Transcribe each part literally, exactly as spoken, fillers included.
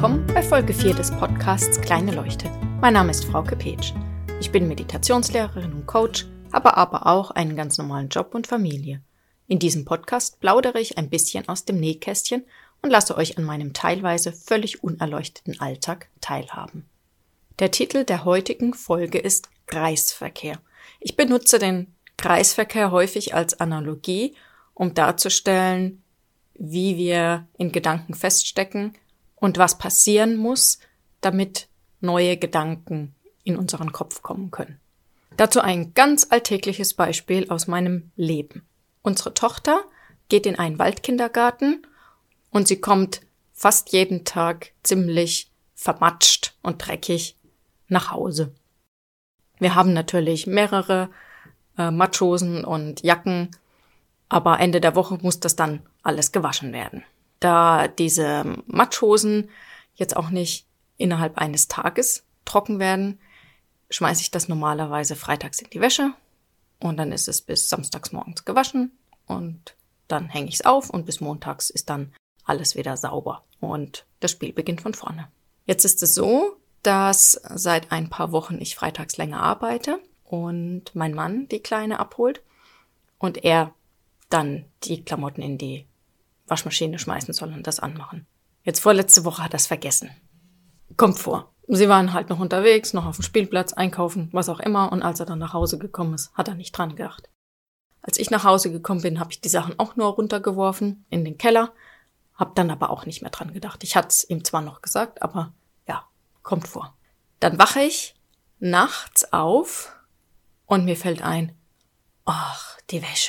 willkommen bei Folge vier des Podcasts Kleine Leuchte. Mein Name ist Frauke Petsch. Ich bin Meditationslehrerin und Coach, habe aber auch einen ganz normalen Job und Familie. In diesem Podcast plaudere ich ein bisschen aus dem Nähkästchen und lasse euch an meinem teilweise völlig unerleuchteten Alltag teilhaben. Der Titel der heutigen Folge ist Kreisverkehr. Ich benutze den Kreisverkehr häufig als Analogie, um darzustellen, wie wir in Gedanken feststecken und was passieren muss, damit neue Gedanken in unseren Kopf kommen können. Dazu ein ganz alltägliches Beispiel aus meinem Leben. Unsere Tochter geht in einen Waldkindergarten und sie kommt fast jeden Tag ziemlich vermatscht und dreckig nach Hause. Wir haben natürlich mehrere äh, Matschhosen und Jacken, aber Ende der Woche muss das dann alles gewaschen werden. Da diese Matschhosen jetzt auch nicht innerhalb eines Tages trocken werden, schmeiße ich das normalerweise freitags in die Wäsche und dann ist es bis samstags morgens gewaschen und dann hänge ich es auf und bis montags ist dann alles wieder sauber und das Spiel beginnt von vorne. Jetzt ist es so, dass seit ein paar Wochen ich freitags länger arbeite und mein Mann die Kleine abholt und er dann die Klamotten in die Waschmaschine schmeißen soll und das anmachen. Jetzt vorletzte Woche hat er es vergessen. Kommt vor. Sie waren halt noch unterwegs, noch auf dem Spielplatz, einkaufen, was auch immer. Und als er dann nach Hause gekommen ist, hat er nicht dran gedacht. Als ich nach Hause gekommen bin, habe ich die Sachen auch nur runtergeworfen in den Keller, habe dann aber auch nicht mehr dran gedacht. Ich hatte es ihm zwar noch gesagt, aber ja, kommt vor. Dann wache ich nachts auf und mir fällt ein, ach, die Wäsche.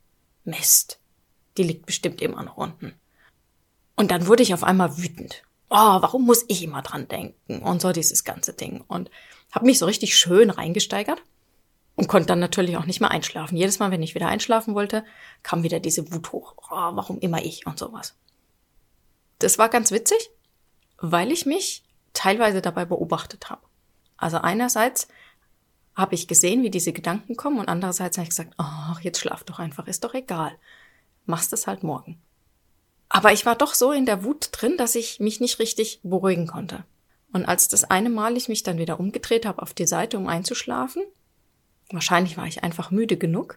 Mist, die liegt bestimmt immer noch unten. Und dann wurde ich auf einmal wütend. Oh, warum muss ich immer dran denken? Und so dieses ganze Ding. Und habe mich so richtig schön reingesteigert und konnte dann natürlich auch nicht mehr einschlafen. Jedes Mal, wenn ich wieder einschlafen wollte, kam wieder diese Wut hoch. Oh, warum immer ich und sowas. Das war ganz witzig, weil ich mich teilweise dabei beobachtet habe. Also einerseits habe ich gesehen, wie diese Gedanken kommen und andererseits habe ich gesagt, ach, jetzt schlaf doch einfach, ist doch egal. Machst es halt morgen. Aber ich war doch so in der Wut drin, dass ich mich nicht richtig beruhigen konnte. Und als das eine Mal ich mich dann wieder umgedreht habe auf die Seite, um einzuschlafen, wahrscheinlich war ich einfach müde genug,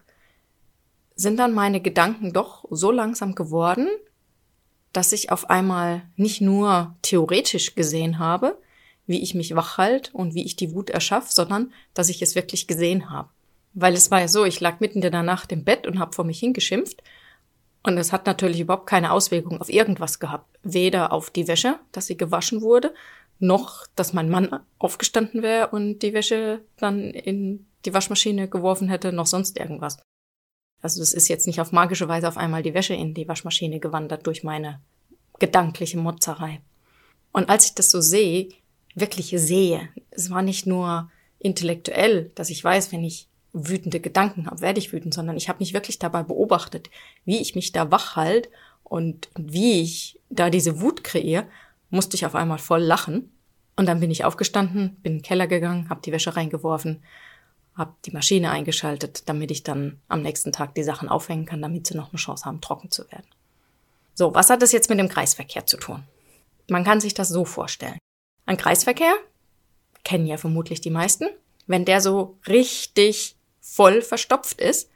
sind dann meine Gedanken doch so langsam geworden, dass ich auf einmal nicht nur theoretisch gesehen habe, wie ich mich wach halte und wie ich die Wut erschaffe, sondern dass ich es wirklich gesehen habe. Weil es war ja so, ich lag mitten in der Nacht im Bett und habe vor mich hingeschimpft und es hat natürlich überhaupt keine Auswirkung auf irgendwas gehabt. Weder auf die Wäsche, dass sie gewaschen wurde, noch, dass mein Mann aufgestanden wäre und die Wäsche dann in die Waschmaschine geworfen hätte, noch sonst irgendwas. Also es ist jetzt nicht auf magische Weise auf einmal die Wäsche in die Waschmaschine gewandert durch meine gedankliche Motzerei. Und als ich das so sehe, wirklich sehe. Es war nicht nur intellektuell, dass ich weiß, wenn ich wütende Gedanken habe, werde ich wütend, sondern ich habe mich wirklich dabei beobachtet, wie ich mich da wach halte und wie ich da diese Wut kreiere, musste ich auf einmal voll lachen. Und dann bin ich aufgestanden, bin in den Keller gegangen, habe die Wäsche reingeworfen, habe die Maschine eingeschaltet, damit ich dann am nächsten Tag die Sachen aufhängen kann, damit sie noch eine Chance haben, trocken zu werden. So, was hat das jetzt mit dem Kreisverkehr zu tun? Man kann sich das so vorstellen. Ein Kreisverkehr, kennen ja vermutlich die meisten, wenn der so richtig voll verstopft ist,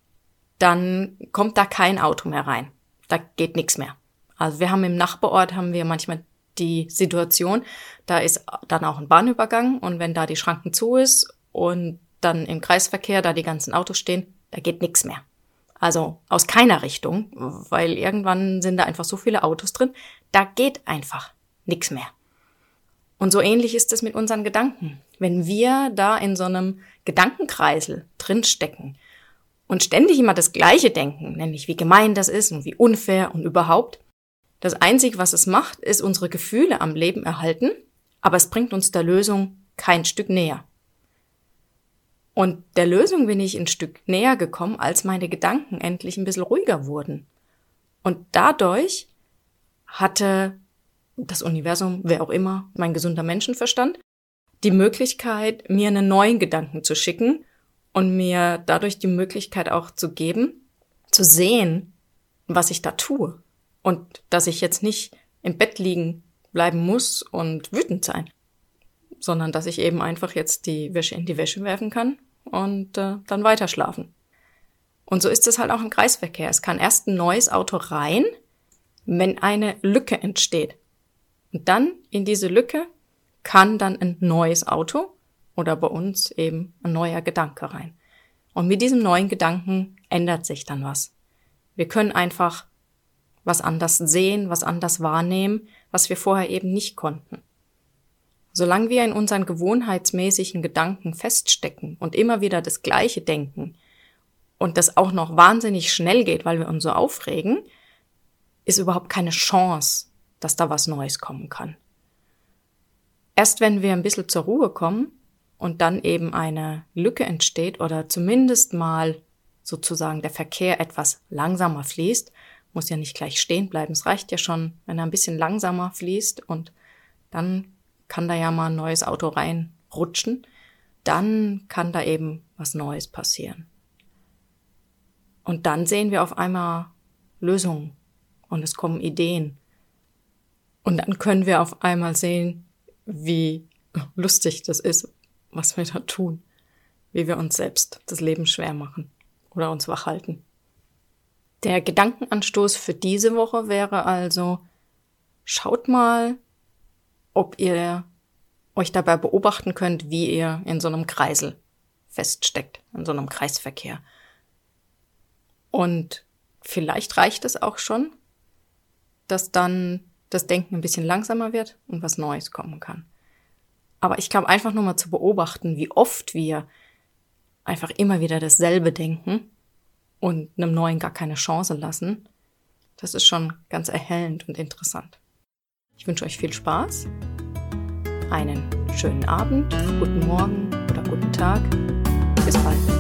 dann kommt da kein Auto mehr rein. Da geht nichts mehr. Also wir haben im Nachbarort haben wir manchmal die Situation, da ist dann auch ein Bahnübergang und wenn da die Schranken zu ist und dann im Kreisverkehr, da die ganzen Autos stehen, da geht nichts mehr. Also aus keiner Richtung, weil irgendwann sind da einfach so viele Autos drin, da geht einfach nichts mehr. Und so ähnlich ist es mit unseren Gedanken. Wenn wir da in so einem Gedankenkreisel drinstecken und ständig immer das Gleiche denken, nämlich wie gemein das ist und wie unfair und überhaupt, das Einzige, was es macht, ist unsere Gefühle am Leben erhalten, aber es bringt uns der Lösung kein Stück näher. Und der Lösung bin ich ein Stück näher gekommen, als meine Gedanken endlich ein bisschen ruhiger wurden. Und dadurch hatte das Universum, wer auch immer, mein gesunder Menschenverstand, die Möglichkeit, mir einen neuen Gedanken zu schicken und mir dadurch die Möglichkeit auch zu geben, zu sehen, was ich da tue. Und dass ich jetzt nicht im Bett liegen bleiben muss und wütend sein, sondern dass ich eben einfach jetzt die Wäsche in die Wäsche werfen kann und äh, dann weiter schlafen. Und so ist es halt auch im Kreisverkehr. Es kann erst ein neues Auto rein, wenn eine Lücke entsteht. Und dann in diese Lücke kann dann ein neues Auto oder bei uns eben ein neuer Gedanke rein. Und mit diesem neuen Gedanken ändert sich dann was. Wir können einfach was anders sehen, was anders wahrnehmen, was wir vorher eben nicht konnten. Solange wir in unseren gewohnheitsmäßigen Gedanken feststecken und immer wieder das Gleiche denken und das auch noch wahnsinnig schnell geht, weil wir uns so aufregen, ist überhaupt keine Chance, dass da was Neues kommen kann. Erst wenn wir ein bisschen zur Ruhe kommen und dann eben eine Lücke entsteht oder zumindest mal sozusagen der Verkehr etwas langsamer fließt, muss ja nicht gleich stehen bleiben. Es reicht ja schon, wenn er ein bisschen langsamer fließt und dann kann da ja mal ein neues Auto reinrutschen. Dann kann da eben was Neues passieren. Und dann sehen wir auf einmal Lösungen und es kommen Ideen. Und dann können wir auf einmal sehen, wie lustig das ist, was wir da tun. Wie wir uns selbst das Leben schwer machen oder uns wach halten. Der Gedankenanstoß für diese Woche wäre also, schaut mal, ob ihr euch dabei beobachten könnt, wie ihr in so einem Kreisel feststeckt, in so einem Kreisverkehr. Und vielleicht reicht es auch schon, dass dann das Denken ein bisschen langsamer wird und was Neues kommen kann. Aber ich glaube, einfach nur mal zu beobachten, wie oft wir einfach immer wieder dasselbe denken und einem Neuen gar keine Chance lassen, das ist schon ganz erhellend und interessant. Ich wünsche euch viel Spaß, einen schönen Abend, guten Morgen oder guten Tag. Bis bald.